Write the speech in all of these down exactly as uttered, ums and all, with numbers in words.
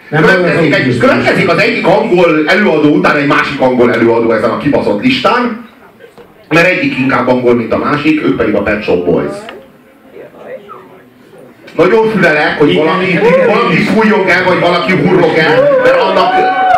Következik, egy, következik az egyik angol előadó után egy másik angol előadó ezen a kibaszott listán, mert egyik inkább angol, mint a másik, ők pedig a Pet Shop Boys. Nagyon fülelek, hogy valaki, valaki fújjog el, vagy valaki hurrog el, mert annak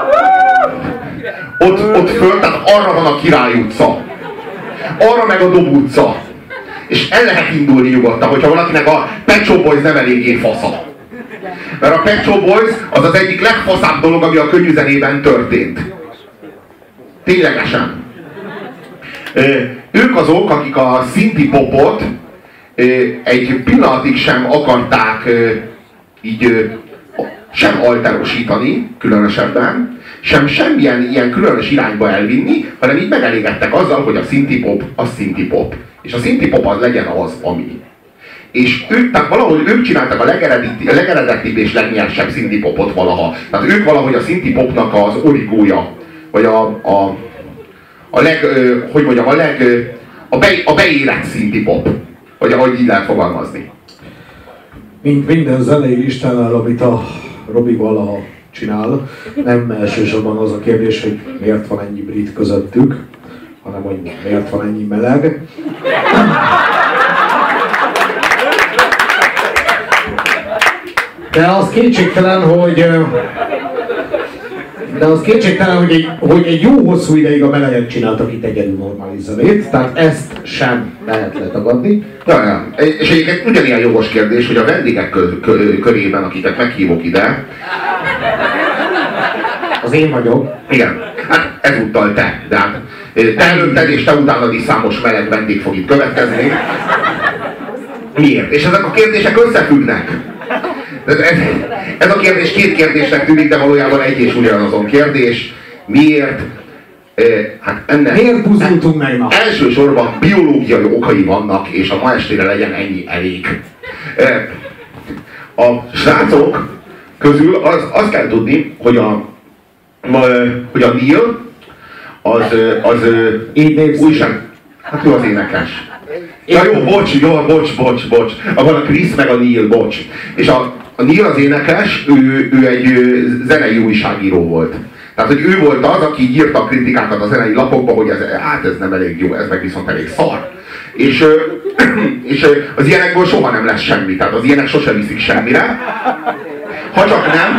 ott, ott föl, tehát arra van a Király utca. Arra meg a Dob utca. És el lehet indulni nyugodtan, hogyha valakinek a Pet Shop Boys nem eléggé fasza. Mert a Pet Shop Boys az az egyik legfaszább dolog, ami a könnyű zenében történt. Ténylegesen. Ők azok, akik a szinti popot egy pillanatig sem akarták így sem alterosítani, különösebben, sem semmilyen ilyen különös irányba elvinni, hanem így megelégedtek azzal, hogy a szinti pop az szinti pop. És a szinti pop az legyen az, ami. És ők, tehát valahogy ők csináltak a legeredetibb és legnyersebb szinti popot valaha. Tehát ők valahogy a szinti popnak az origója, vagy a, a, a leg, hogy mondjam, a leg, a, be, a beérett szinti pop. Vagy ahogy így lehet fogalmazni. Mint minden zenei listánál, amit a Robi valaha csinál, nem elsősorban az a kérdés, hogy miért van ennyi brit közöttük, hanem hogy miért van ennyi meleg. De az kétségtelen, hogy de az kétségtelen, hogy egy, hogy egy jó hosszú ideig a melegek csináltak itt egyedül normális zenét, tehát ezt sem lehet letagadni. Ja, ja. És egyébként ugyanilyen jogos kérdés, hogy a vendégek kö, kö, körében, akiket meghívok ide, az én vagyok. Igen, hát ezúttal te, de hát te előtted és te utánad is számos meleg vendég fog itt következni. Miért? És ezek a kérdések összefüggnek. Ez, ez a kérdés két kérdésnek tűnik, de valójában egy és ugyanazon kérdés. Miért? Hát ennek Miért buzdultunk meg ma? Elsősorban biológiai okai vannak, és a ma estére legyen ennyi elég. A srácok közül az, azt kell tudni, hogy a, hogy a Neil az, az újság... Hát ő az énekes. Ja jó, bocs, jó, bocs, bocs, bocs. Van a Chris meg a Neil, bocs. És a, a Neil az énekes, ő, ő egy zenei újságíró volt. Tehát, hogy ő volt az, aki írta a kritikákat a zenei lapokba, hogy ez, hát ez nem elég jó, ez meg viszont elég szar. És, és az ilyenekből soha nem lesz semmi, tehát az ilyenek sosem viszik semmire. Ha csak nem.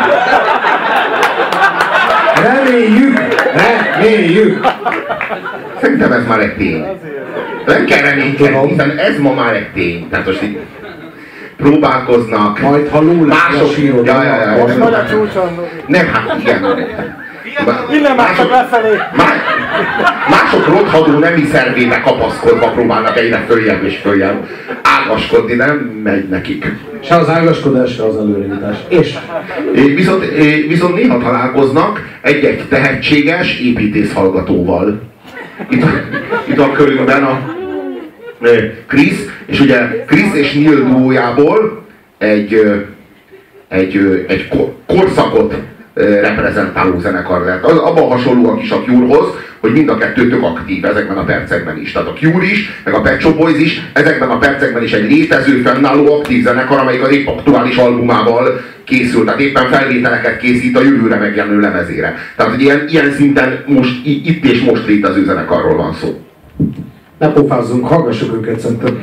Reméljük, reméljük. Szerintem ez már egy tény. Nem kell reménykedni, hiszen ez ma már egy tény. Tehát most így próbálkoznak. Majd ha ló lesz mások, a sírod. Ja, ja, ja, Most nagy a csúcson. nem, hát igen. Innen mások lefelé. Mások rothadó nemi szervébe kapaszkodva próbálnak egyre följebb és följebb ágaskodni, nem megy nekik. Se az ágaskodás, se az előrejutás. És? Viszont, viszont néha találkoznak egy-egy tehetséges építész hallgatóval. Itt a, itt a körünkben a Chris, és ugye Chris és Neil duójából egy, egy, egy korszakot reprezentáló zenekar lett. Az, abban hasonlóak is a Cure-hoz, hogy mind a kettő tök aktív ezekben a percekben is. Tehát a Cure is, meg a Pet Shop Boys is, ezekben a percekben is egy létező, fennálló aktív zenekar, amelyik az épp aktuális albumával készült, tehát éppen felvételeket készít a jövőre megjelenő lemezére. Tehát hogy ilyen, ilyen szinten most, itt és most létező zenekarról van szó. Ne pofázzunk, hallgassuk őket szerintem.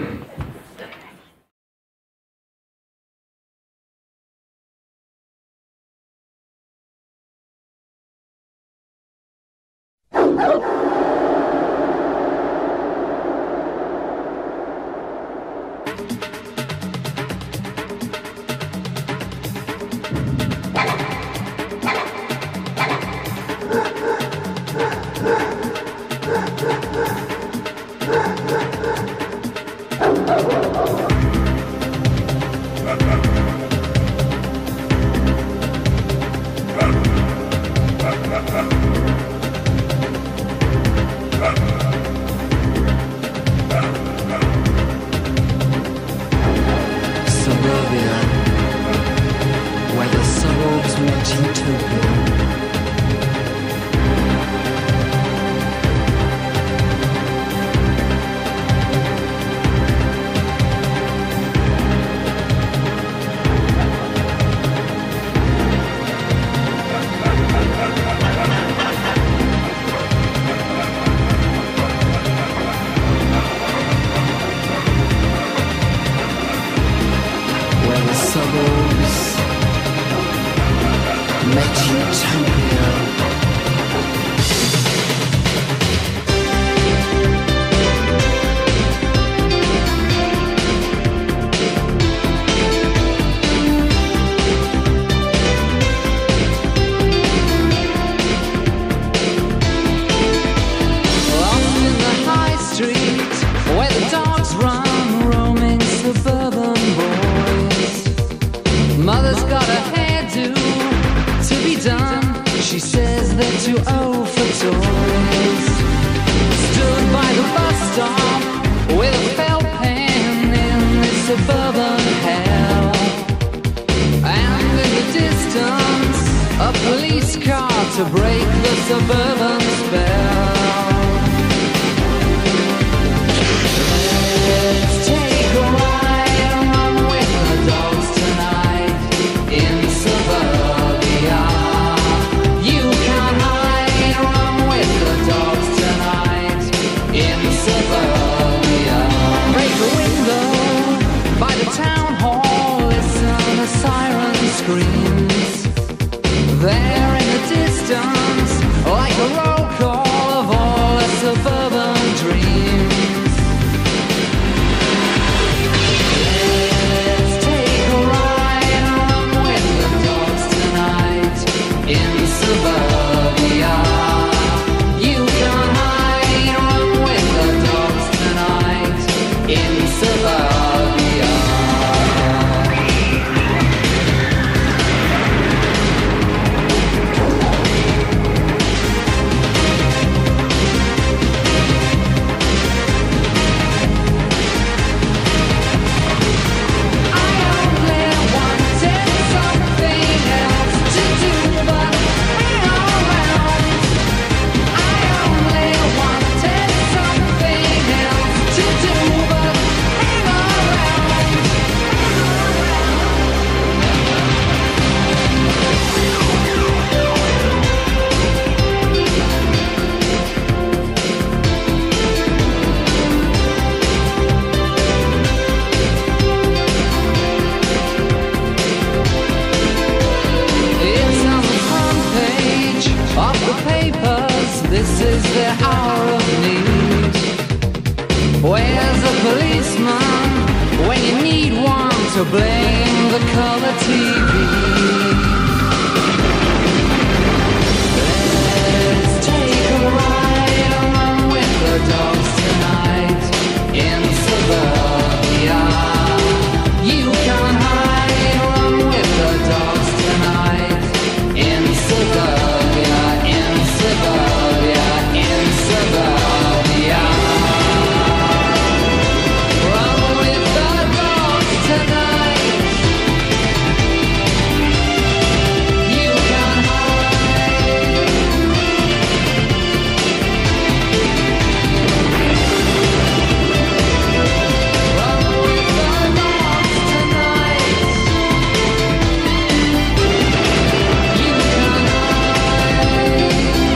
old for toys. Stood by the bus stop with a felt pen in this suburban hell. And in the distance, a police car to break the suburban spell. Let's take a ride and run with the dogs tonight in suburbia. You can't hide, run with the dogs tonight in suburbia. Break a window by the town hall, listen to siren screams. There in the distance, like a roll call of all the suburban dreams. Let's take a ride and run with the dogs tonight in suburbia. You can't hide, run with the dogs tonight in suburbia. This is the hour of need. Where's the policeman when you need one to blame the color T V? Let's take a ride and run with the dogs tonight in suburbia. You can't hide, run with the dogs tonight in suburbia, in suburbia. In suburbia, run with the dogs tonight. You can hide. Run with the dogs tonight. You can hide.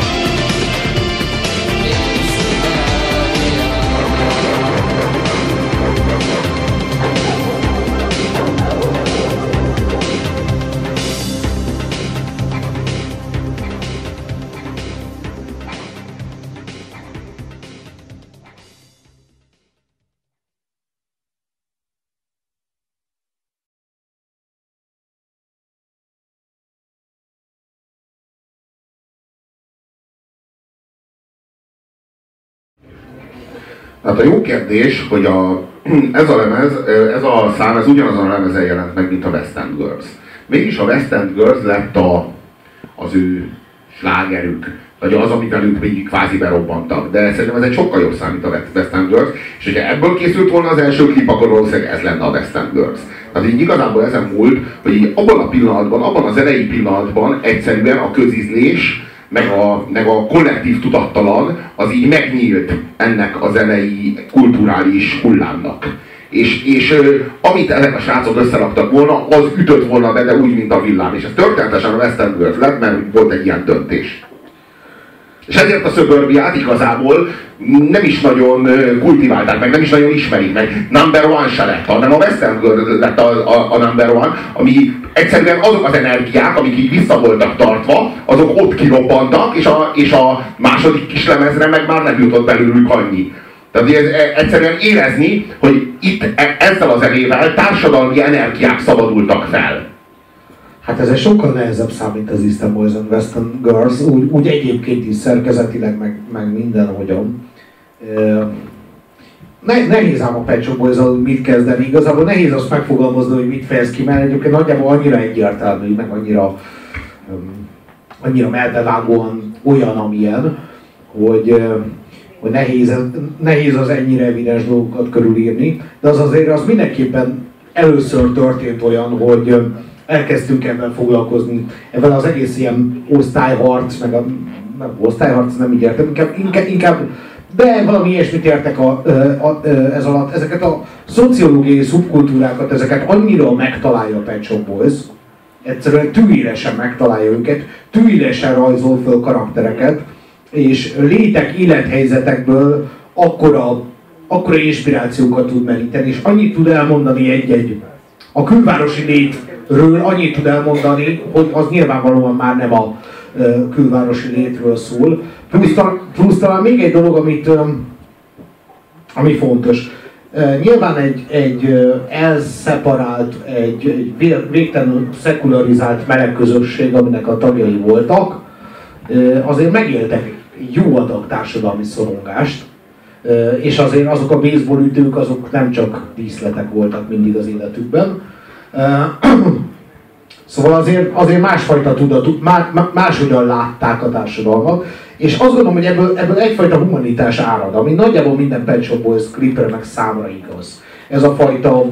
Hát a jó kérdés, hogy a, ez a lemez, ez a szám, ez ugyanazon a lemezen jelent meg, mint a West End Girls. Mégis a West End Girls lett a, az ő slágerük, vagy az, amivel ők végig kvázi berobbantak. De szerintem ez egy sokkal jobb szám, mint a West End Girls, és hogyha ebből készült volna az első klip, akkor valószínűleg ez lenne a West End Girls. Tehát így igazából ezen múlt, hogy így abban a pillanatban, abban az elejé pillanatban egyszerűen a közízlés, meg a, meg a kollektív tudattalan, az így megnyílt ennek a zenei kulturális hullámnak. És, és amit ezek a srácok összeraktak volna, az ütött volna be, de úgy, mint a villám. És ez történetesen a West End Girls lett, mert volt egy ilyen döntés. És ezért a Suburbiát igazából nem is nagyon kultiválták meg, nem is nagyon ismerik meg. Number one se lett, hanem a West End Girls lett a, a, a number one, ami egyszerűen azok az energiák, amik így vissza voltak tartva, azok ott kirobbantak, és a, és a második kislemezre meg már nem jutott belőlük annyi. Tehát ez egyszerűen érezni, hogy itt ezzel az zenével társadalmi energiák szabadultak fel. Hát ez egy sokkal nehezebb szám, mint az Eastern Boys and Western Girls, úgy, úgy egyébként is szerkezetileg, meg, meg mindenhogyan. Ne, nehéz ám a Pet Shop Boys-al mit kezdeni, igazából nehéz azt megfogalmazni, hogy mit fejez ki, mert egyébként nagyjából annyira egyértelmű, meg annyira, annyira melbevágóan olyan, amilyen, hogy, hogy nehéz, nehéz az ennyire evidens dolgokat körülírni, de az azért az mindenképpen először történt olyan, hogy elkezdtünk ebben foglalkozni, ebben az egész ilyen osztályharc, meg a nem, osztályharc nem így értem, inkább, inkább, inkább de valami ilyesmit értek a, a, a, ez alatt. Ezeket a szociológiai szubkultúrákat, ezeket annyira megtalálja a Pet Shop Boys, egyszerűen tűéresen megtalálja őket, tűéresen rajzol föl karaktereket, és létek, élethelyzetekből akkora, akkora inspirációkat tud meríteni, és annyit tud elmondani egy-egy a külvárosi létről, annyit tud elmondani, hogy az nyilvánvalóan már nem a külvárosi létről szól. Plusz, plusz talán még egy dolog, amit, ami fontos. Nyilván egy, egy elszeparált, egy, egy végtelenül szekularizált meleg közösség, aminek a tagjai voltak, azért megéltek jó adag társadalmi szorongást, és azért azok a baseballütők, azok nem csak díszletek voltak mindig az életükben. Szóval azért, azért másfajta tudatú, máshogyan látták a társadalmat, és azt gondolom, hogy ebből, ebből egyfajta humanitás árad, ami nagyjából minden Pet Shop Boys klipre meg számra igaz. Ez a fajta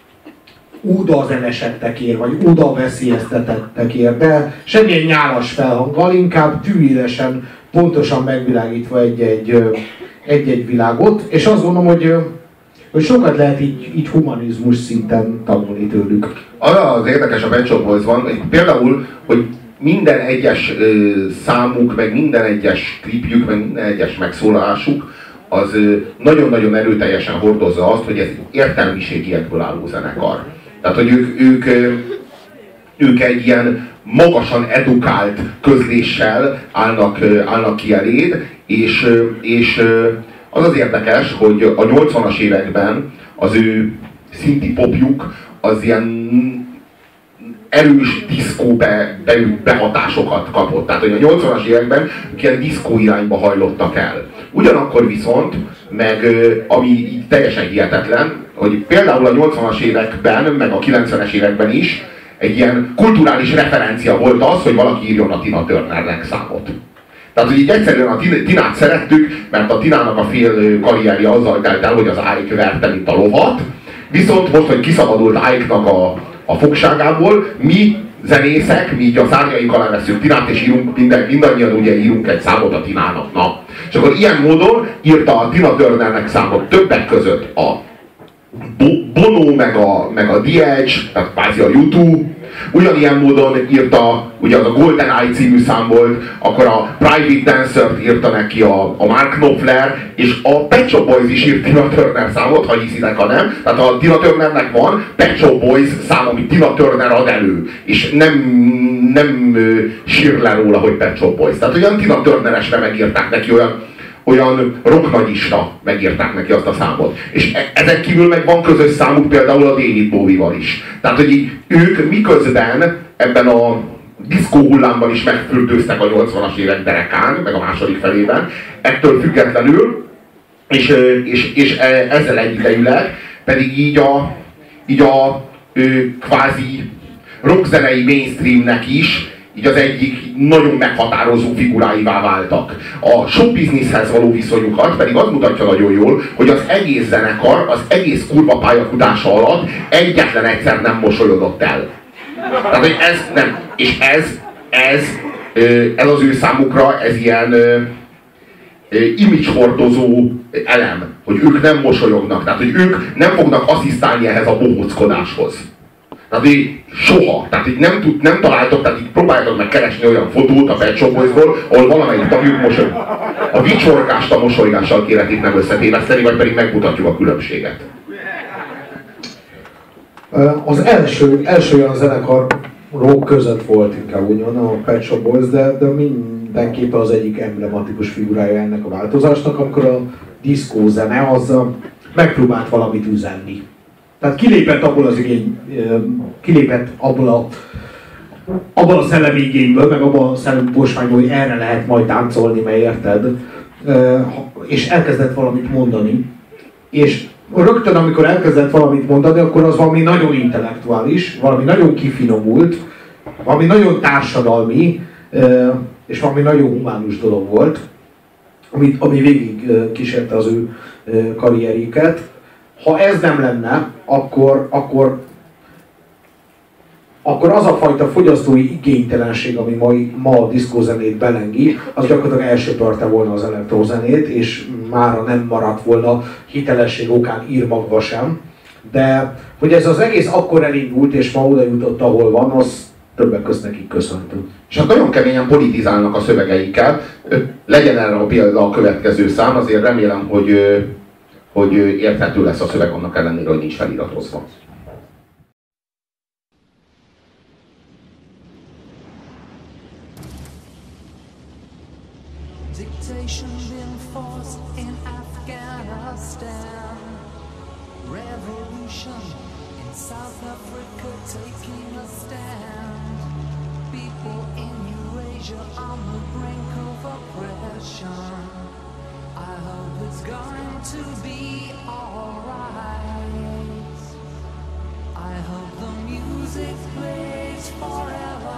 oda zenesettekért, vagy oda veszélyeztetettekért, de semmilyen nyálas felhanggal, inkább tűélesen, pontosan megvilágítva egy-egy, egy-egy világot, és azt gondolom, hogy hogy sokat lehet így, így humanizmus szinten tanulni tőlük. Arra az érdekes a Pet Shop Boysban, hogy például, hogy minden egyes ö, számuk, meg minden egyes klipjük, meg minden egyes megszólalásuk, az ö, nagyon-nagyon erőteljesen hordozza azt, hogy ez értelmiségiekből álló zenekar. Tehát, hogy ők, ők, ö, ők egy ilyen magasan edukált közléssel állnak, ö, állnak ki eléd, és, ö, és ö, az az érdekes, hogy a nyolcvanas években az ő szinti popjuk az ilyen erős diszkó be, be, behatásokat kapott. Tehát, hogy a nyolcvanas években ilyen diszkó irányba hajlottak el. Ugyanakkor viszont, meg ami így teljesen hihetetlen, hogy például a nyolcvanas években, meg a kilencvenes években is egy ilyen kulturális referencia volt az, hogy valaki írjon a Tina Turnernek számot. Tehát, hogy így egyszerűen a Tinát szerettük, mert a Tinának a fél karrierje azzal telt el, hogy az Ike verte, mint a lovat. Viszont most, hogy kiszabadult Ike-nak a, a fogságából, mi zenészek, mi így a szárnyaink alá veszünk Tinát, és írunk, minden, mindannyian ugye írunk egy számot a Tinának. Na. És akkor ilyen módon írta a Tina Turnernek számot többek között a Bono, meg a, meg a The Edge, tehát kvázi a U kettő. Ugyanilyen módon írta, ugye az a Golden Eye című szám volt, akkor a Private Dancer-t írta neki a, a Mark Knopfler, és a Pet Shop Boys is írt Tina Turner számot, ha hiszitek, ha nem. Tehát a Tina Turnernek van Pet Shop Boys szám, amit Tina Turner ad elő, és nem, nem sír le róla, hogy Pet Shop Boys. Tehát olyan Tina Turneresre megírták neki, olyan olyan rocknagyisra megírták neki azt a számot. És ezek kívül meg van közös számuk például a David Bowie-val is. Tehát, hogy így ők miközben ebben a diszkó hullámban is megfürdőztek a nyolcvanas évek derekán, meg a második felében, ettől függetlenül, és, és, és ezzel egyidejűleg pedig így a, így a ő, kvázi rockzenei mainstreamnek is így az egyik nagyon meghatározó figuráivá váltak. A show businesshez való viszonyukat pedig az mutatja nagyon jól, hogy az egész zenekar, az egész kurva pályafutása alatt egyetlen egyszer nem mosolyodott el. Tehát, hogy ez nem, és ez, ez, ez az ő számukra, ez ilyen image-hordozó elem, hogy ők nem mosolyognak, tehát, hogy ők nem fognak asszisztálni ehhez a bohóckodáshoz. Tehát így soha, tehát így nem, tud, nem találtok, tehát így próbáljátok meg keresni olyan fotót a Pet Shop Boysból, ahol valamelyik tagjuk mosolyog. A vicsorgást a mosolygással kéretik nem összetéveszteni, vagy pedig megmutatjuk a különbséget. Az első, első olyan zenekar rock között volt inkább ugyan a Pet Shop Boys, de, de mindenképpen az egyik emblematikus figurája ennek a változásnak, amikor a diszkó zene az megpróbált valamit üzenni. Tehát kilépett abból az igény, kilépett abból a, abból a szellemi igényből, meg abból a szellemi posványból, hogy erre lehet majd táncolni, mert érted, és elkezdett valamit mondani. És rögtön, amikor elkezdett valamit mondani, akkor az valami nagyon intellektuális, valami nagyon kifinomult, valami nagyon társadalmi, és valami nagyon humánus dolog volt, ami, ami végig kísérte az ő karrierjüket. Ha ez nem lenne, akkor, akkor, akkor az a fajta fogyasztói igénytelenség, ami ma, ma a diszkózenét belengi, az gyakorlatilag elsöpörte volna az elektrozenét, és mára nem maradt volna hitelesség okán írmagva sem. De hogy ez az egész akkor elindult, és ma oda jutott, ahol van, az többek között nekik köszönhető. És hát nagyon keményen politizálnak a szövegeikkel. Legyen erre a példa a következő szám, azért remélem, hogy, hogy érthető lesz a szöveg annak ellenére, hogy nincs feliratozva. Dictation been forced in Afghanistan. Revolution in South Africa taking a stand. People in Eurasia on the brink of oppression. I hope it's going to be alright. I hope the music plays forever.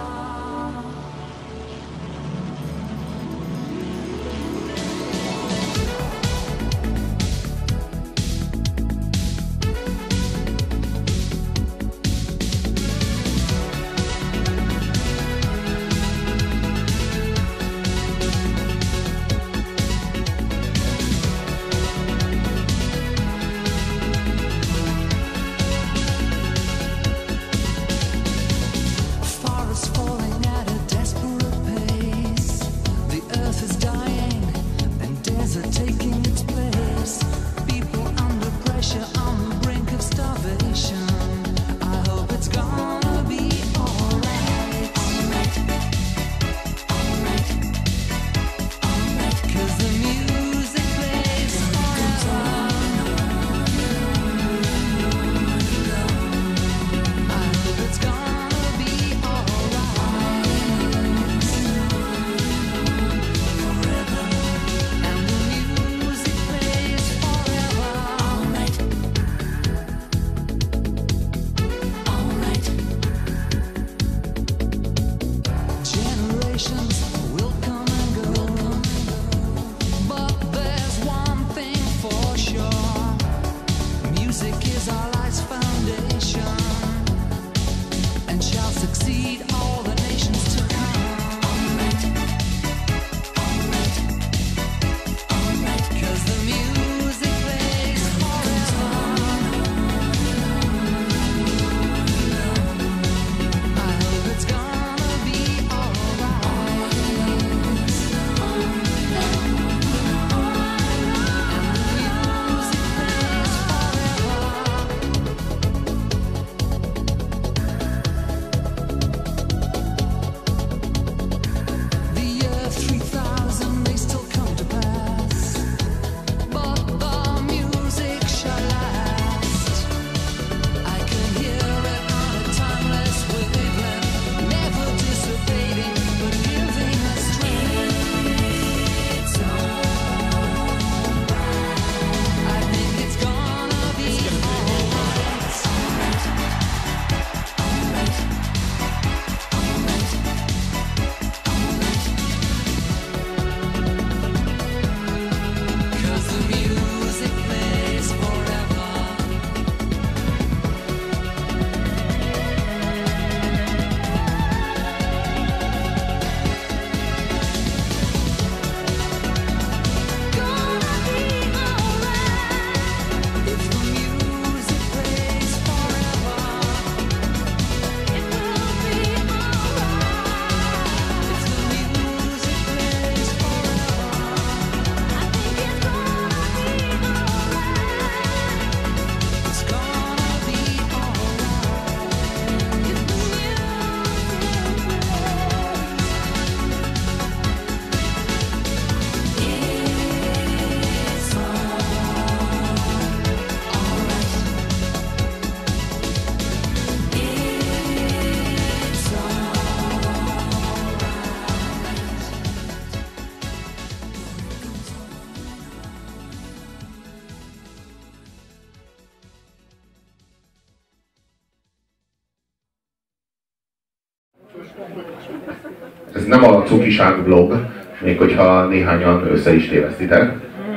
ez nem a Cukiság blog, még hogyha néhányan össze is tévesztitek.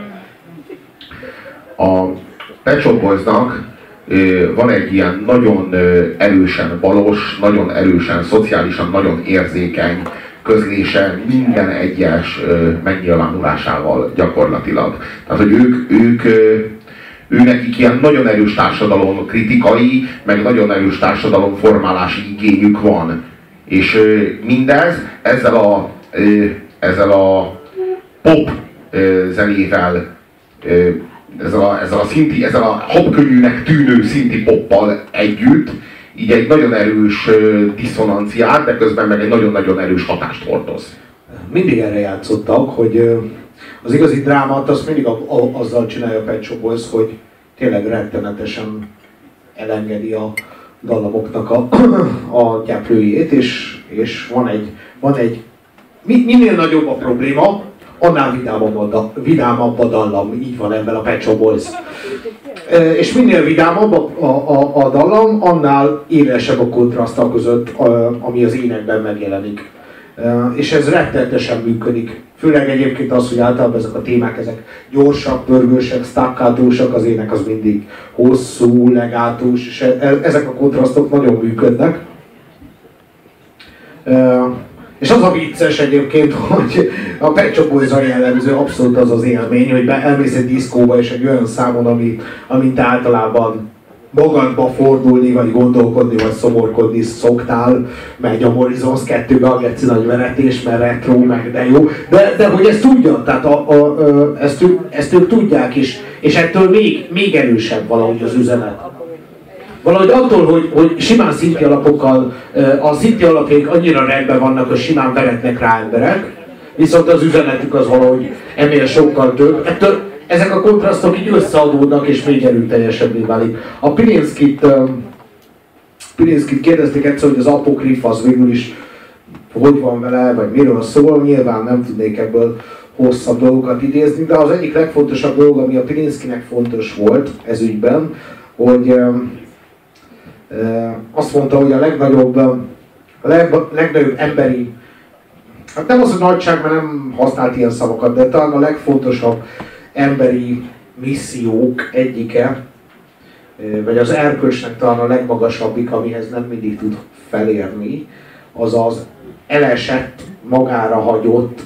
A Pet Shop Boysnak van egy ilyen nagyon erősen balos, nagyon erősen, szociálisan nagyon érzékeny közlése minden egyes megnyilvánulásával gyakorlatilag. Tehát, hogy ők, ők, ő nekik ilyen nagyon erős társadalom kritikai, meg nagyon erős társadalom formálási igényük van. És mindez ezzel a, ezzel a pop zenével, ezzel a, ezzel a szinti, ezzel a hopkönnyűnek tűnő szinti poppal együtt, így egy nagyon erős diszonanciát, de közben meg egy nagyon-nagyon erős hatást hordoz. Mindig erre játszottak, hogy az igazi drámát azt mindig a, a, azzal csinálja a Pet Shop Boys, hogy tényleg rettenetesen elengedi a dallamoknak a, a gyeplőjét, és, és van egy, van egy minél nagyobb a probléma, annál vidámabb a, vidámabb a dallam, így van ebben a Pet Shop Boys. E, és minél vidámabb a, a, a, a dallam, annál élesebb a kontraszta között, a, ami az énekben megjelenik. E, és ez rettenetesen működik. Főleg egyébként az, hogy általában ezek a témák, ezek gyorsak, pörgősek, staccatósak, az ének az mindig hosszú, legátós, és e, ezek a kontrasztok nagyon működnek. E, És az a vicces egyébként, hogy a Pet Shop Boys-ra jellemző abszolút az az élmény, hogy elmész egy diszkóba és egy olyan számon, ami, amint általában magadba fordulni, vagy gondolkodni, vagy szomorkodni szoktál, megy a Morrisons kettőbe a geci nagy veretés, mert retro, meg de jó. De, de hogy ezt tudja, tehát a, a, a, ezt, ők, ezt ők tudják is, és ettől még, még erősebb valahogy az üzenet. Valahogy attól, hogy, hogy simán szinti alapokkal, a szinti alapjaik annyira rendben vannak, hogy simán veretnek rá emberek, viszont az üzenetük az valahogy ennél sokkal több. Ettől ezek a kontrasztok így összeadódnak és még erőteljesebbé válik. A Pilinszkit, Pilinszkit kérdezték egyszer, hogy az apokrif az végül is hogy van vele, vagy miről szól. Nyilván nem tudnék ebből hosszabb dolgokat idézni, de az egyik legfontosabb dolog, ami a Pilinszkinek fontos volt ez ügyben, hogy azt mondta, hogy a legnagyobb, a leg, legnagyobb emberi, hát nem az a nagyság, mert nem használt ilyen szavakat, de talán a legfontosabb emberi missziók egyike, vagy az erkölcsnek talán a legmagasabbik, amihez nem mindig tud felérni, az az elesett, magára hagyott,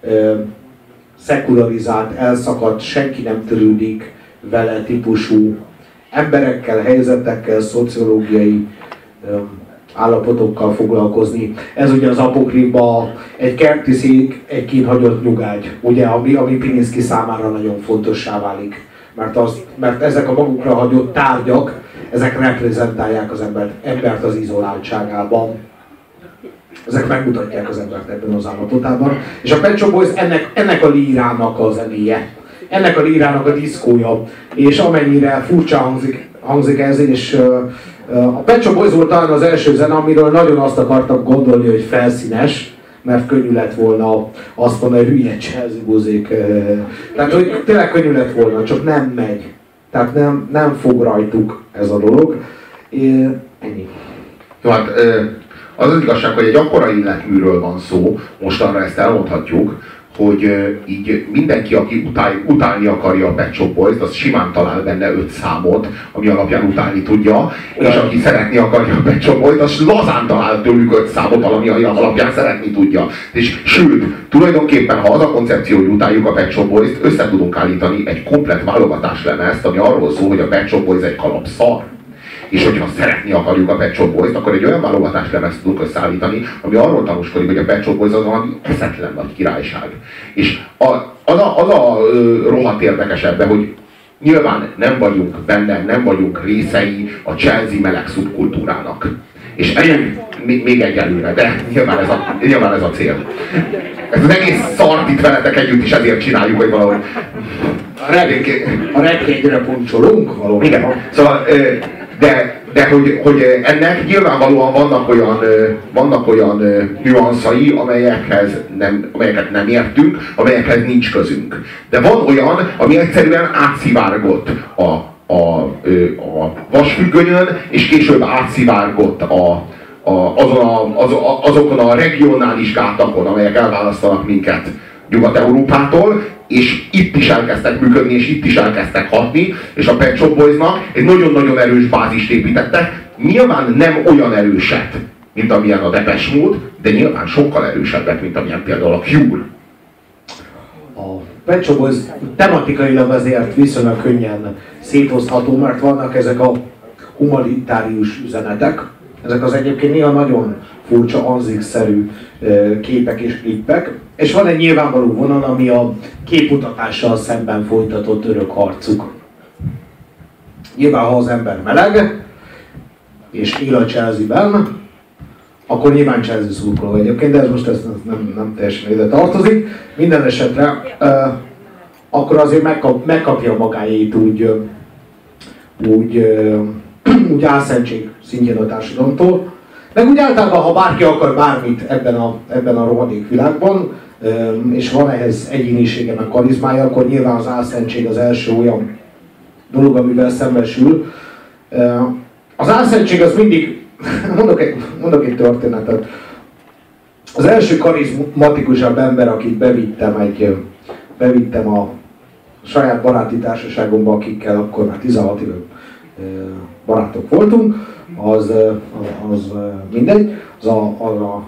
szekularizált, elszakadt, senki nem törődik vele típusú emberekkel, helyzetekkel, szociológiai um, állapotokkal foglalkozni. Ez ugye az apokrifban egy kerti szék, egy kínhagyott nyugágy, ugye, ami, ami Pilinszki számára nagyon fontossá válik. Mert, az, mert ezek a magukra hagyott tárgyak, ezek reprezentálják az embert, embert az izoláltságában. Ezek megmutatják az embert ebben az állapotában. És a Pet Shop Boys ennek, ennek a lírának a zenéje. Ennek a lírának a diszkója, és amennyire furcsa hangzik, hangzik ez, és uh, a Pet Shop Boys volt talán az első zene, amiről nagyon azt akartak gondolni, hogy felszínes, mert könnyű lett volna azt mondani, hogy hülye cselzibuzék. Uh, tehát, hogy tényleg könnyű lett volna, csak nem megy. Tehát nem, nem fog rajtuk ez a dolog. É, ennyi. Jó, hát az az igazság, hogy egy akkora életműről van szó, mostanra ezt elmondhatjuk, hogy így mindenki, aki utál, utálni akarja a Pet Shop Boys-t, az simán talál benne öt számot, ami alapján utálni tudja, és aki szeretni akarja a Pet Shop Boys-t, az lazán talál tőlük öt számot, ami alapján szeretni tudja. És sőt, tulajdonképpen, ha az a koncepció, hogy utáljuk a Pet Shop Boys-t, össze tudunk állítani egy komplett válogatáslemezt, ami arról szól, hogy a Pet Shop Boys egy kalapszar. És hogyha szeretni akarjuk a Pet Shop Boys-t, akkor egy olyan válogatáslemezt tudunk összeállítani, ami arról tanúskodik, hogy a Pet Shop Boys az valami eszetlen nagy királyság. És a, az a, az a ö, rohadt érdekes ebben, hogy nyilván nem vagyunk benne, nem vagyunk részei a Chelsea meleg szubkultúrának. És ennek még, még egyelőre, de nyilván ez, a, nyilván ez a cél. Ez az egész szart itt veletek együtt is ezért csináljuk, hogy valahogy... A reggelyre poncsolunk valóban. Igen, szóval... Ö, De, de hogy, hogy ennek nyilvánvalóan vannak olyan, vannak olyan nüanszai, amelyekhez nem, amelyeket nem értünk, amelyekhez nincs közünk. De van olyan, ami egyszerűen átszivárgott a, a, a vasfüggönyön, és később átszivárgott a, a, azon a, az, azokon a regionális gátakon, amelyek elválasztanak minket Nyugat-Európától, és itt is elkezdtek működni, és itt is elkezdtek hatni, és a Pet Shop Boysnak egy nagyon-nagyon erős bázist építettek, nyilván nem olyan erőset, mint amilyen a Depeche Mode, de nyilván sokkal erősebbek, mint amilyen például a Cure. A Pet Shop Boys tematikailag azért viszonylag könnyen szétosztható, mert vannak ezek a humanitárius üzenetek, ezek az egyébként néha nagyon furcsa, anzik-szerű képek és klippek, és van egy nyilvánvaló vonal, ami a képmutatással szemben folytatott örök harcuk. Nyilván, ha az ember meleg, és él a Chelsea-ben, akkor nyilván Chelsea szurkoló egyébként, de ez most ez nem, nem teljesen ide tartozik. Minden esetre uh, akkor azért megkap, megkapja magáét úgy, úgy, uh, úgy álszentség szintjén a társadalomtól. Meg úgy általában, ha bárki akar bármit ebben a, ebben a rohadék világban, um, és van ehhez egyénisége, meg karizmája, akkor nyilván az álszentség az első olyan dolog, amivel szembesül. Uh, az álszentség az mindig, mondok egy, mondok egy történetet. Az első karizmatikusabb ember, akit bevittem, egy, bevittem a saját baráti társaságomba, akikkel akkor már tizenhat éve barátok voltunk, az, az mindegy, az a, az a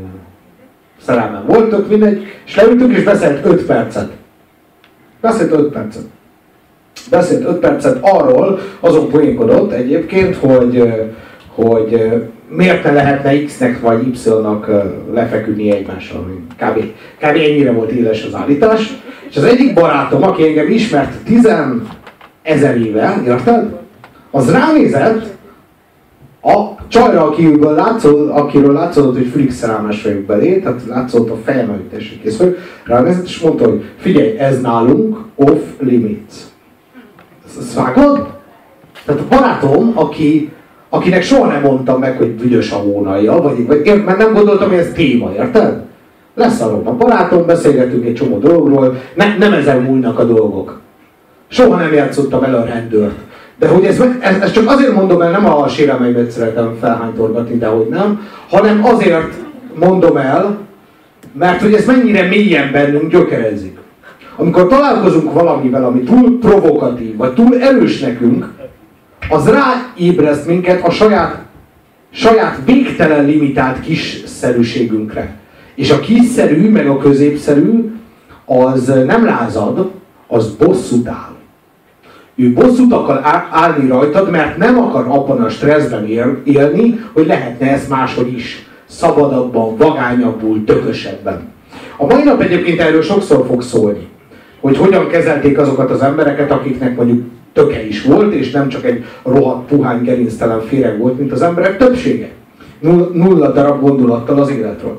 szerelmem volt, tök mindegy, és leültünk és beszélt öt percet. Beszélt öt percet. Beszélt öt percet arról, azon poénkodott egyébként, hogy, hogy miért ne lehetne X-nek vagy Y-nak lefeküdni egymással. Kb. Kb. Ennyire volt éles az állítás. És az egyik barátom, aki engem ismert tizenezer éve, érted? Az ránézett a csajra, akiből látszott, akiről látszódott, hogy fülig szerelmes vagyok belé, tehát látszott a fejem, hogy tessék kész vagyok, ránézett és mondta, hogy figyelj, ez nálunk off limits. Ezt vágod? Tehát a barátom, aki, akinek soha nem mondtam meg, hogy büdös a hónalja, vagy, vagy mert nem gondoltam, hogy ez téma, érted? Leszarom a barátom, beszélgetünk egy csomó dologról, ne, nem ezen múlnak a dolgok. Soha nem játszottam el a rendőrt. De hogy ez, ez, ez csak azért mondom el, nem a sérelmeimet szeretem felhánytorgatni, de hogy nem, hanem azért mondom el, mert hogy ez mennyire mélyen bennünk gyökerezik. Amikor találkozunk valamivel, ami túl provokatív, vagy túl erős nekünk, az ráébreszt minket a saját, saját végtelen limitált kiszerűségünkre. És a kiszerű, meg a középszerű, az nem lázad, az bosszút áll. Ő bosszút akar állni rajtad, mert nem akar abban a stresszben élni, hogy lehetne ez máshogy is. Szabadabban, vagányabbul, tökösebben. A mai nap egyébként erről sokszor fog szólni. Hogy hogyan kezelték azokat az embereket, akiknek mondjuk töke is volt, és nem csak egy rohadt, puhány, gerinctelen féreg volt, mint az emberek többsége. Nulla darab gondolattal az életről.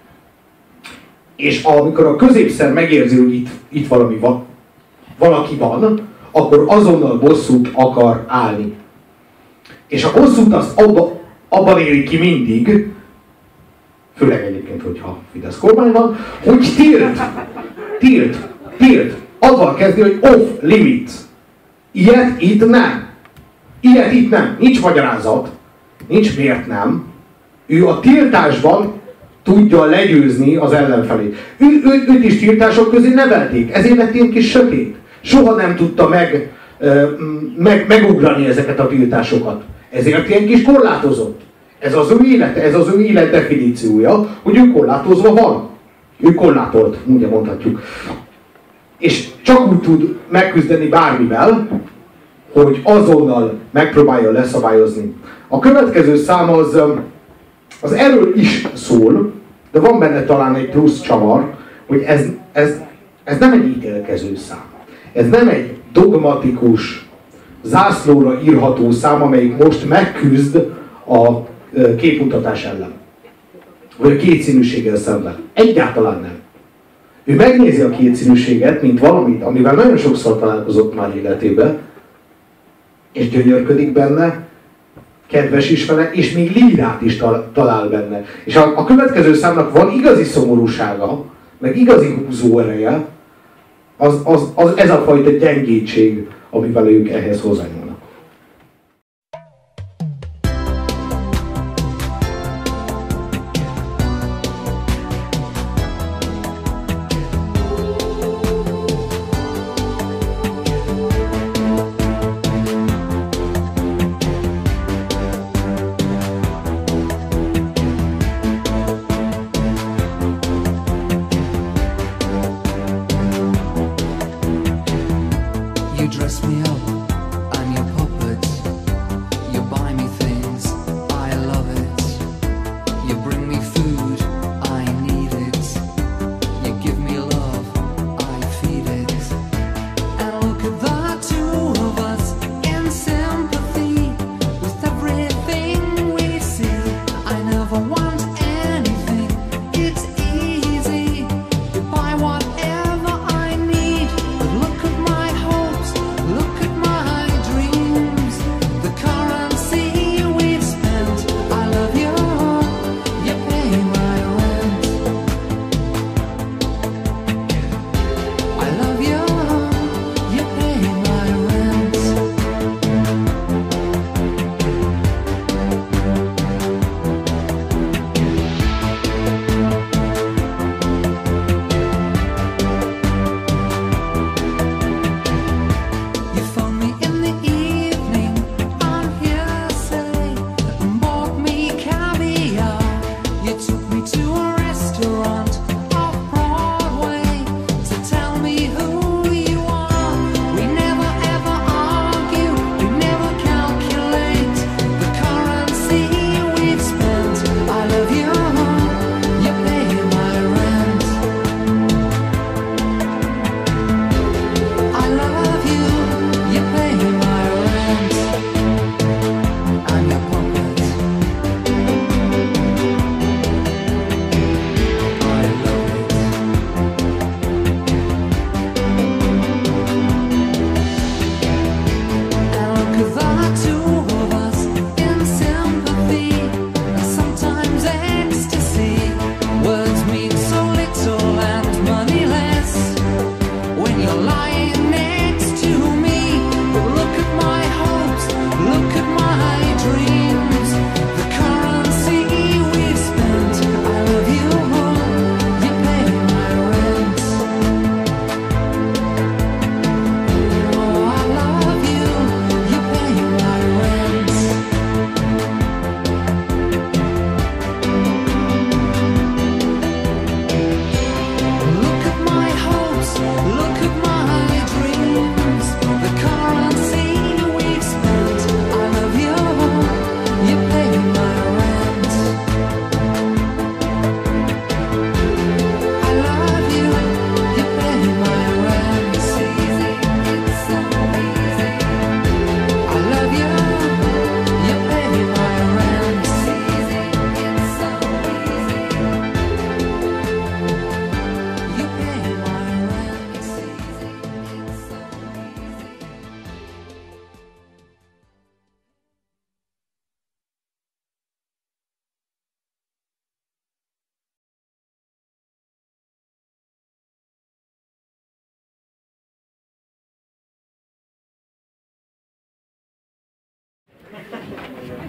És amikor a középszer megérzi, hogy itt, itt valami van, valaki van, akkor azonnal bosszút akar állni. És a bosszút azt abba, abban éli ki mindig, főleg egyébként, hogyha Fidesz kormány van, hogy tilt, tilt, tilt, avval kezdi, hogy off limits. Ilyet itt nem. Ilyet itt nem. Nincs magyarázat, nincs miért nem. Ő a tiltásban tudja legyőzni az ellenfelét. Ő, ő, őt is tiltások közé nevelték, ezért lett ilyen kis sötét. Soha nem tudta meg, meg, megugrani ezeket a tiltásokat. Ezért ilyen kis korlátozott. Ez az ő élete, ez az ő élet definíciója, hogy ő korlátozva van. Ő korlátolt, úgy mondhatjuk. És csak úgy tud megküzdeni bármivel, hogy azonnal megpróbálja leszabályozni. A következő szám az, az erről is szól, de van benne talán egy plusz csavar, hogy ez, ez, ez nem egy ítélkező szám. Ez nem egy dogmatikus, zászlóra írható szám, amelyik most megküzd a képmutatás ellen. Vagy a kétszínűséggel szemben. Egyáltalán nem. Ő megnézi a kétszínűséget, mint valamit, amivel nagyon sokszor találkozott már életében, és gyönyörködik benne, kedves is vele, és még lírát is talál benne. És a, a következő számnak van igazi szomorúsága, meg igazi húzó ereje, az, az, az, ez a fajta gyengétség, amivel ők ehhez hozzányúlnak.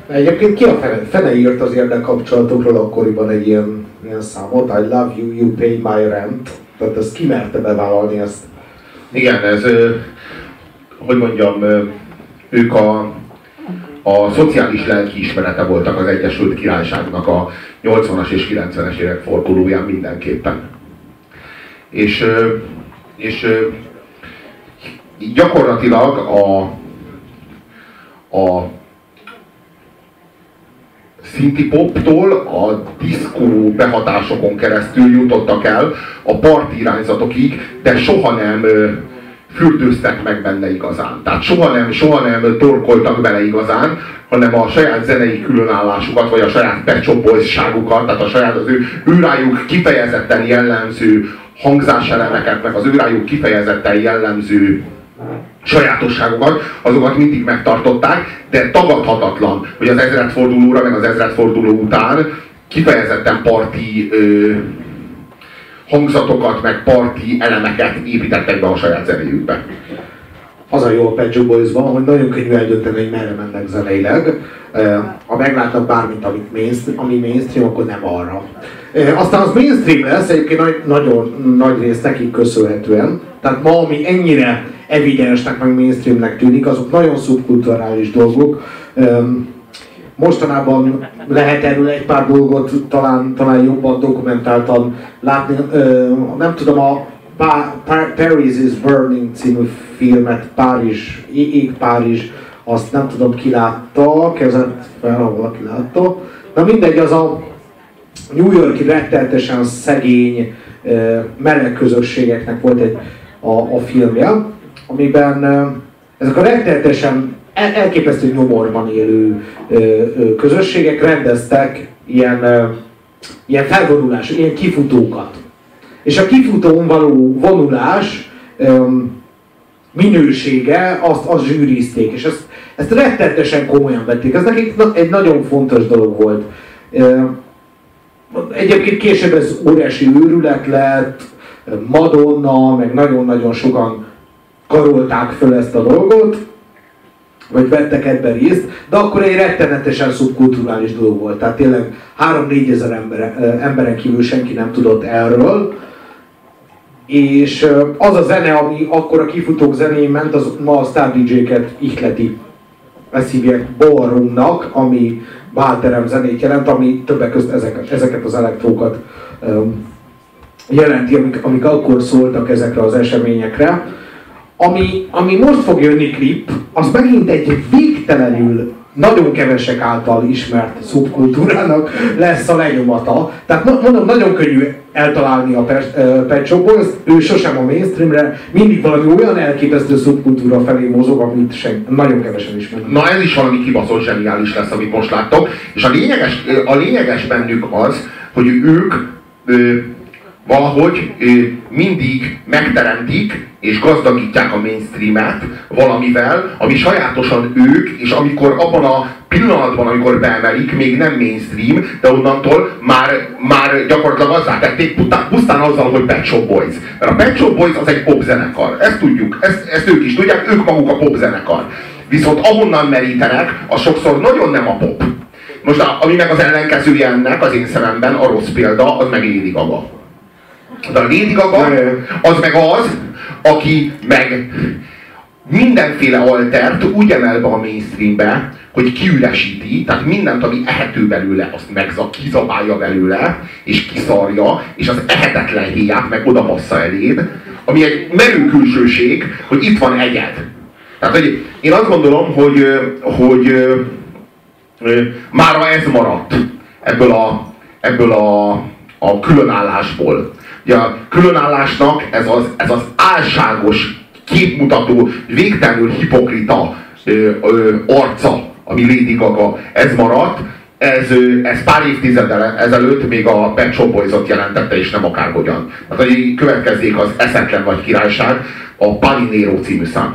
Egyébként ki a fene, fene írt az érdekkapcsolatokról akkoriban egy ilyen, ilyen számot, I love you, you pay my rent. Tehát ezt ki merte bevállalni ezt? Igen, ez, hogy mondjam, ők a, a szociális lelkiismerete voltak az Egyesült Királyságnak a nyolcvanas és kilencvenes évek fordulóján mindenképpen. És, és gyakorlatilag a, a szinti poptól a diszkó behatásokon keresztül jutottak el a parti irányzatokig, de soha nem fürdőztek meg benne igazán. Tehát soha nem, soha nem torkoltak bele igazán, hanem a saját zenei különállásukat, vagy a saját Pet Shop Boys-ságukat, tehát a saját az ő, őrájuk kifejezetten jellemző hangzáselemeket, meg az őrájuk kifejezetten jellemző sajátosságokat, azokat mindig megtartották, de tagadhatatlan, hogy az ezredfordulóra, meg az ezredforduló után kifejezetten parti ö, hangzatokat, meg parti elemeket építettek be a saját zenéjükbe. Az a jó a Pet Shop Boysban, hogy nagyon könnyű eldönteni, hogy merre mennek zeneileg. Ha meglátnak bármit, amit mainstream, ami mainstream, akkor nem arra. Aztán az mainstream lesz, egyébként nagy, nagyon nagy rész nekik köszönhetően. Tehát ma, ami ennyire evidensnek, meg mainstreamnek tűnik, azok nagyon szubkulturális dolgok. Mostanában lehet erről egy pár dolgot talán, talán jobban dokumentáltan látni. Nem tudom, a Paris is Burning című filmet, Párizs, Ég Párizs, azt nem tudom ki látta, kezet fel, ha valaki látta. Na mindegy, az a New York-i rettenetesen szegény meleg közösségeknek volt egy a, a filmje, amiben ezek a rettenetesen el, elképesztő nyomorban élő közösségek rendeztek ilyen, ilyen felvonulás, ilyen kifutókat. És a kifutón való vonulás öm, minősége, azt, azt zsűrizték, és ezt, ezt rettenetesen komolyan vették. Ez nekik egy nagyon fontos dolog volt. Egyébként később ez óriási őrület lett, Madonna, meg nagyon-nagyon sokan karolták föl ezt a dolgot, vagy vettek ebben részt, de akkor egy rettenetesen szubkulturális dolog volt. Tehát tényleg három-négy ezer ember, emberen kívül senki nem tudott erről. És az a zene, ami akkor a kifutók zenéjén ment, az ma a Star dé dzsé-ket ihleti. Ezt hívják ballroomnak, ami bálterem zenét jelent, ami többek között ezeket, ezeket az elektrókat um, jelenti, amik, amik akkor szóltak ezekre az eseményekre. Ami, ami most fog jönni klip, az megint egy végtelenül nagyon kevesek által ismert szubkultúrának lesz a lenyomata. Tehát mondom, nagyon könnyű eltalálni a Pet Shop Boys, ő sosem a mainstreamre, mindig valami olyan elképesztő szubkultúra felé mozog, amit sen, nagyon kevesen ismernek. Na ez is valami kibaszott zseniális lesz, amit most láttok, és a lényeges, a lényeges bennük az, hogy ők ö, valahogy ö, mindig megteremtik és gazdagítják a mainstreamet valamivel, ami sajátosan ők, és amikor abban a pillanatban, amikor beemelik, még nem mainstream, de onnantól már, már gyakorlatilag azzá tették, pusztán azzal, hogy Pet Shop Boys. Mert a Pet Shop Boys az egy popzenekar. Ezt tudjuk, ezt, ezt ők is tudják, ők maguk a popzenekar. Viszont ahonnan merítenek, az sokszor nagyon nem a pop. Most ami meg az ellenkezője ennek az én szememben, a rossz példa, az meg Lady Gaga. De a Lady Gaga az meg az, aki meg mindenféle altert úgy emel be a mainstreambe, hogy kiüresíti, tehát mindent, ami ehető belőle, azt meg kizabálja belőle, és kiszarja, és az ehetetlen héját meg oda bassza eléd, ami egy merő külsőség, hogy itt van egyed. Tehát, hogy én azt gondolom, hogy, hogy mára ez maradt ebből a, ebből a, a különállásból. Ugye a különállásnak ez az, ez az álságos, képmutató, végtelenül hipokrita ö, ö, arca, ami Lady Gaga, ez maradt. Ez, ez pár évtizeddel ezelőtt még a Pet Shop Boys-ot jelentette, és nem akárhogyan. Tehát, hogy következzék az Eszetlen Nagy Királyság, a Palinero című szám.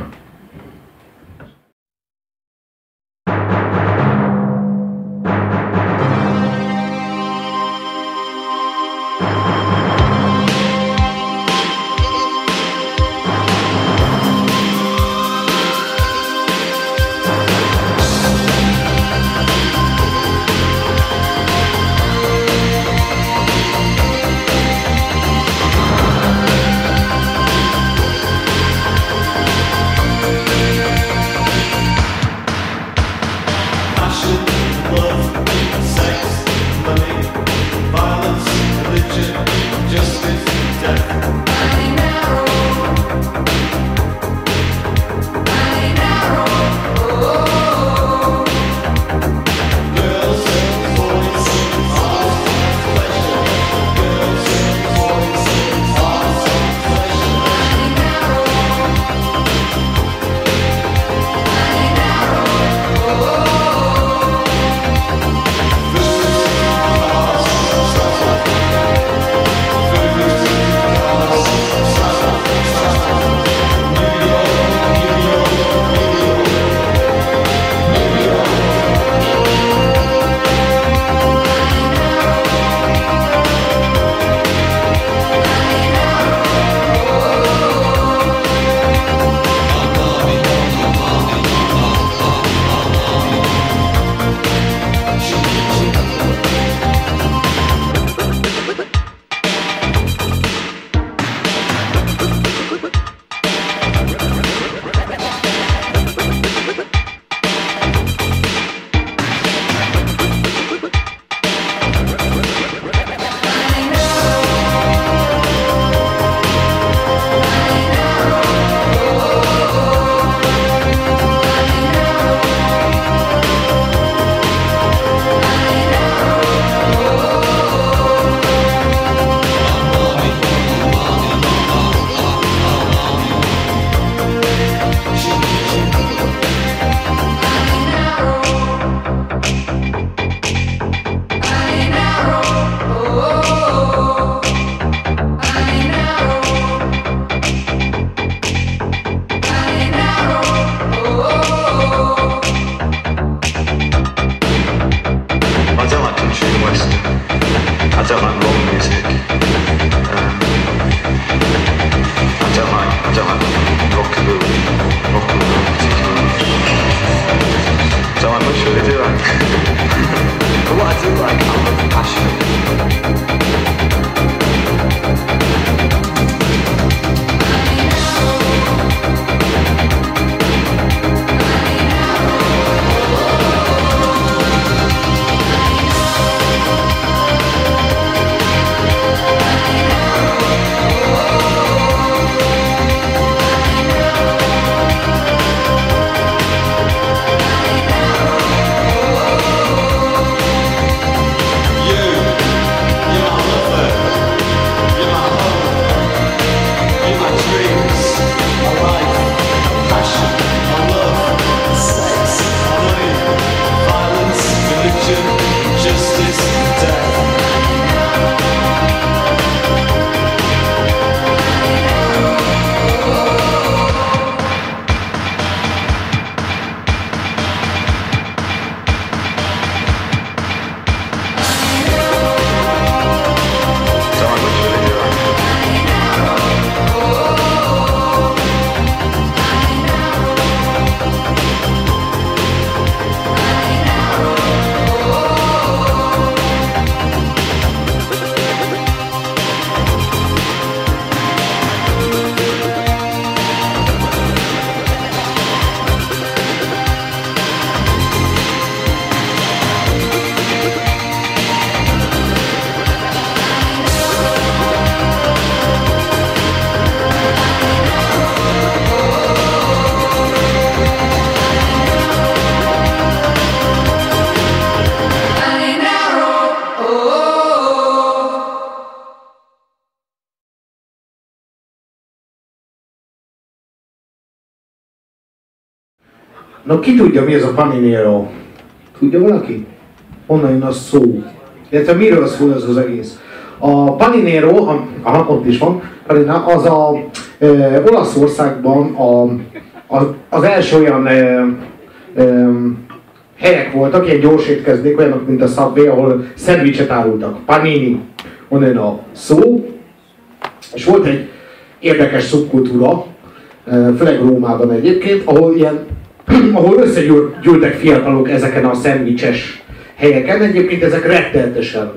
Na ki tudja, mi ez a Paninero? Tudja valaki? Honnan jön a szó? Illetve miről szól ez az egész? A Paninero, aha, ott is van, az a e, Olaszországban a, a, az első olyan e, e, helyek voltak, ilyen gyors étkezdék, olyanok, mint a Subway, ahol szendvicset árultak. Panini, onnan a szó. És volt egy érdekes szubkultúra, főleg Rómában egyébként, ahol ilyen, ahol összegyűltek fiatalok ezeken a szendvicses helyeken. Egyébként ezek rettenetesen.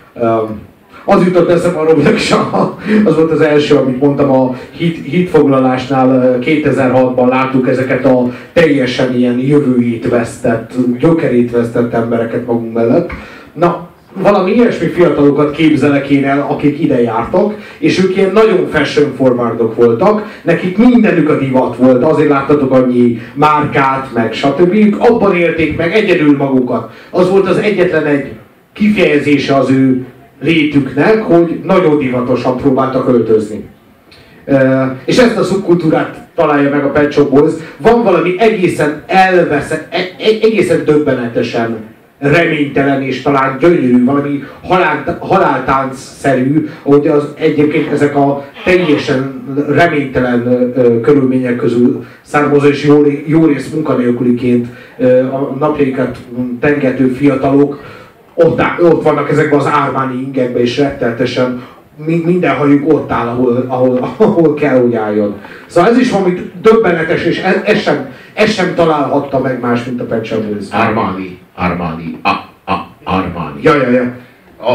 Az jutott eszembe arról, hogy az volt az első, amit mondtam, a hit, hitfoglalásnál kétezer-hatban láttuk ezeket a teljesen ilyen jövőjét vesztett, gyökerét vesztett embereket magunk mellett. Na, valami ilyesmi fiatalokat képzelek én el, akik ide jártak, és ők ilyen nagyon fashion forwardok voltak, nekik mindenük a divat volt, azért láttatok annyi márkát, meg stb. Ők abban élték meg egyedül magukat. Az volt az egyetlen egy kifejezése az ő létüknek, hogy nagyon divatosan próbáltak öltözni. Uh, és ezt a szubkultúrát találja meg a Pet Shop Boys. Van valami egészen elveszett, e- e- egészen döbbenetesen reménytelen és talán gyönyörű, valami halál, haláltánc-szerű, hogy az egyébként ezek a teljesen reménytelen uh, körülmények közül származó és jó, jó rész munkanélküliként uh, a napjaikat tengető fiatalok Ott, áll, ott vannak ezekben az Armani ingekben, és rettenetesen minden hajuk ott áll, ahol, ahol, ahol kell, hogy álljon. Szóval ez is valami döbbenetes, és ez, ez, sem, ez sem találhatta meg más, mint a Pet Shop Boys. Armani, Armani, a, a, Armani. Ja, ja, ja. A,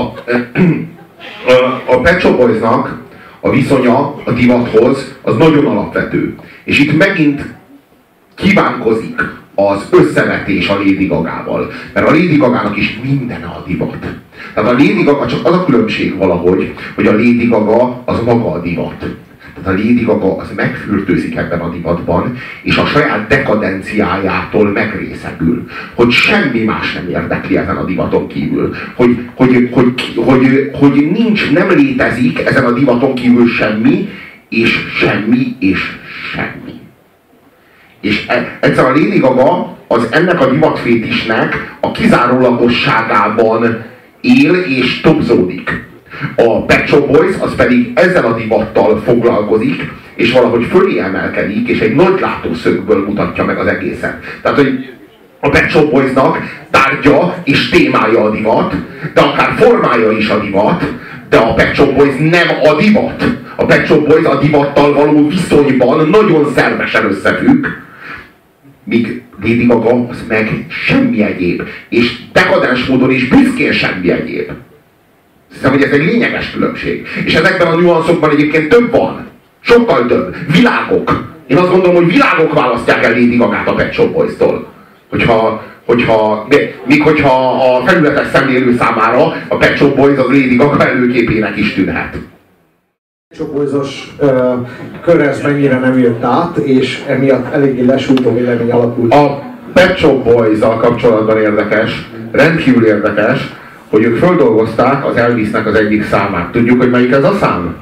a, a Pet Shop Boysnak a viszonya a divathoz az nagyon alapvető. És itt megint kívánkozik az összevetés a Lady Gagával. Mert a Lady Gagának is minden a divat. Tehát a Lady Gaga, csak az a különbség valahogy, hogy a Lady Gaga az maga a divat. Tehát a Lady Gaga az megfürdőzik ebben a divatban, és a saját dekadenciájától megrészegül. Hogy semmi más nem érdekli ezen a divaton kívül. Hogy, hogy, hogy, hogy, hogy nincs, nem létezik ezen a divaton kívül semmi, és semmi, és semmi. És egyszer a Lady Gaga az ennek a divatfétisnek a kizárólagosságában él és tobzódik. A Pet Shop Boys az pedig ezzel a divattal foglalkozik, és valahogy fölé emelkedik, és egy nagy látószögből mutatja meg az egészet. Tehát, hogy a Pet Shop Boysnak tárgya és témája a divat, de akár formája is a divat, de a Pet Shop Boys nem a divat. A Pet Shop Boys a divattal való viszonyban nagyon szervesen összefügg, míg Lady Gaga az meg semmi egyéb, és dekadens módon is büszkén semmi egyéb. Hiszem, hogy ez egy lényeges különbség. És ezekben a nüanszokban egyébként több van. Sokkal több. Világok. Én azt gondolom, hogy világok választják el Lady Gagát a Pet Shop Boys-tól. Hogyha, hogyha, de, míg hogyha a felületes szemlélő számára a Pet Shop Boys az Lady Gaga előképének is tűnhet. Csoportos uh, kör ez mennyire nem jött át, és emiatt eléggé lesújtó vélemény alakult. A Pet Shop Boys-zal kapcsolatban érdekes, rendkívül érdekes, hogy ők földolgozták az Elvisnek az egyik számát. Tudjuk, hogy melyik ez a szám?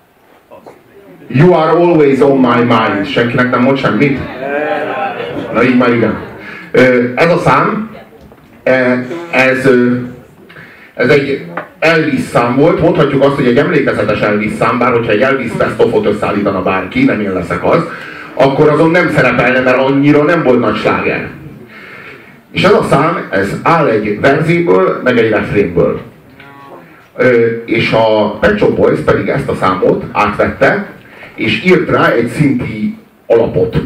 You are always on my mind. Senkinek nem mond semmit? Na így már igen. Ez a szám, ez, ez egy Elvis szám volt, mondhatjuk azt, hogy egy emlékezetes Elvis szám, bár hogyha egy Elvis best of-ot összeállítana bárki, nem én leszek az, akkor azon nem szerepelne, mert annyira nem volt nagy sláger. És ez a szám, ez áll egy verzéből, meg egy refrénből. És a Pet Shop Boys pedig ezt a számot átvette, és írt rá egy szinti alapot.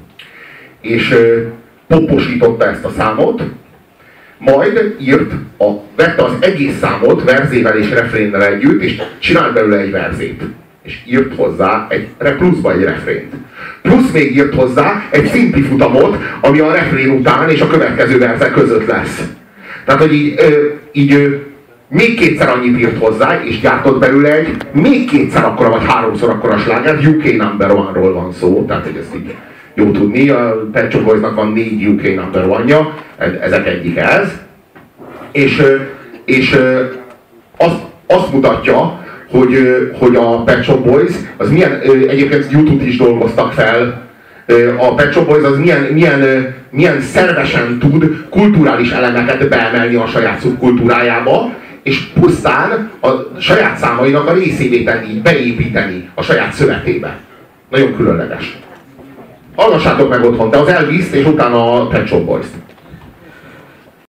És poposította ezt a számot, majd írt, a, vette az egész számot verzével és refrénnel együtt, és csinált belőle egy verzét. És írt hozzá egy pluszba egy refrént. Plusz még írt hozzá egy szinti futamot, ami a refrén után és a következő verzek között lesz. Tehát, hogy így, így még kétszer annyit írt hozzá, és gyártott belőle egy még kétszer akkora, vagy háromszor akkora sláger, U K number one-ról van szó, tehát hogy ezt így jó tudni, a Pet Shop Boysnak van négy U K number one-ja, ezek egyik ez, és, és azt, azt mutatja, hogy, hogy a Pet Shop Boys, az milyen, egyébként YouTube-t is dolgoztak fel a Pet Shop Boys az milyen, milyen, milyen szervesen tud kulturális elemeket beemelni a saját szubkultúrájába, és pusztán a saját számainak a részévé tenni, beépíteni a saját szövetébe. Nagyon különleges. Hallgassátok meg otthon, de az Elvis-t és utána a Pet Shop Boys-t.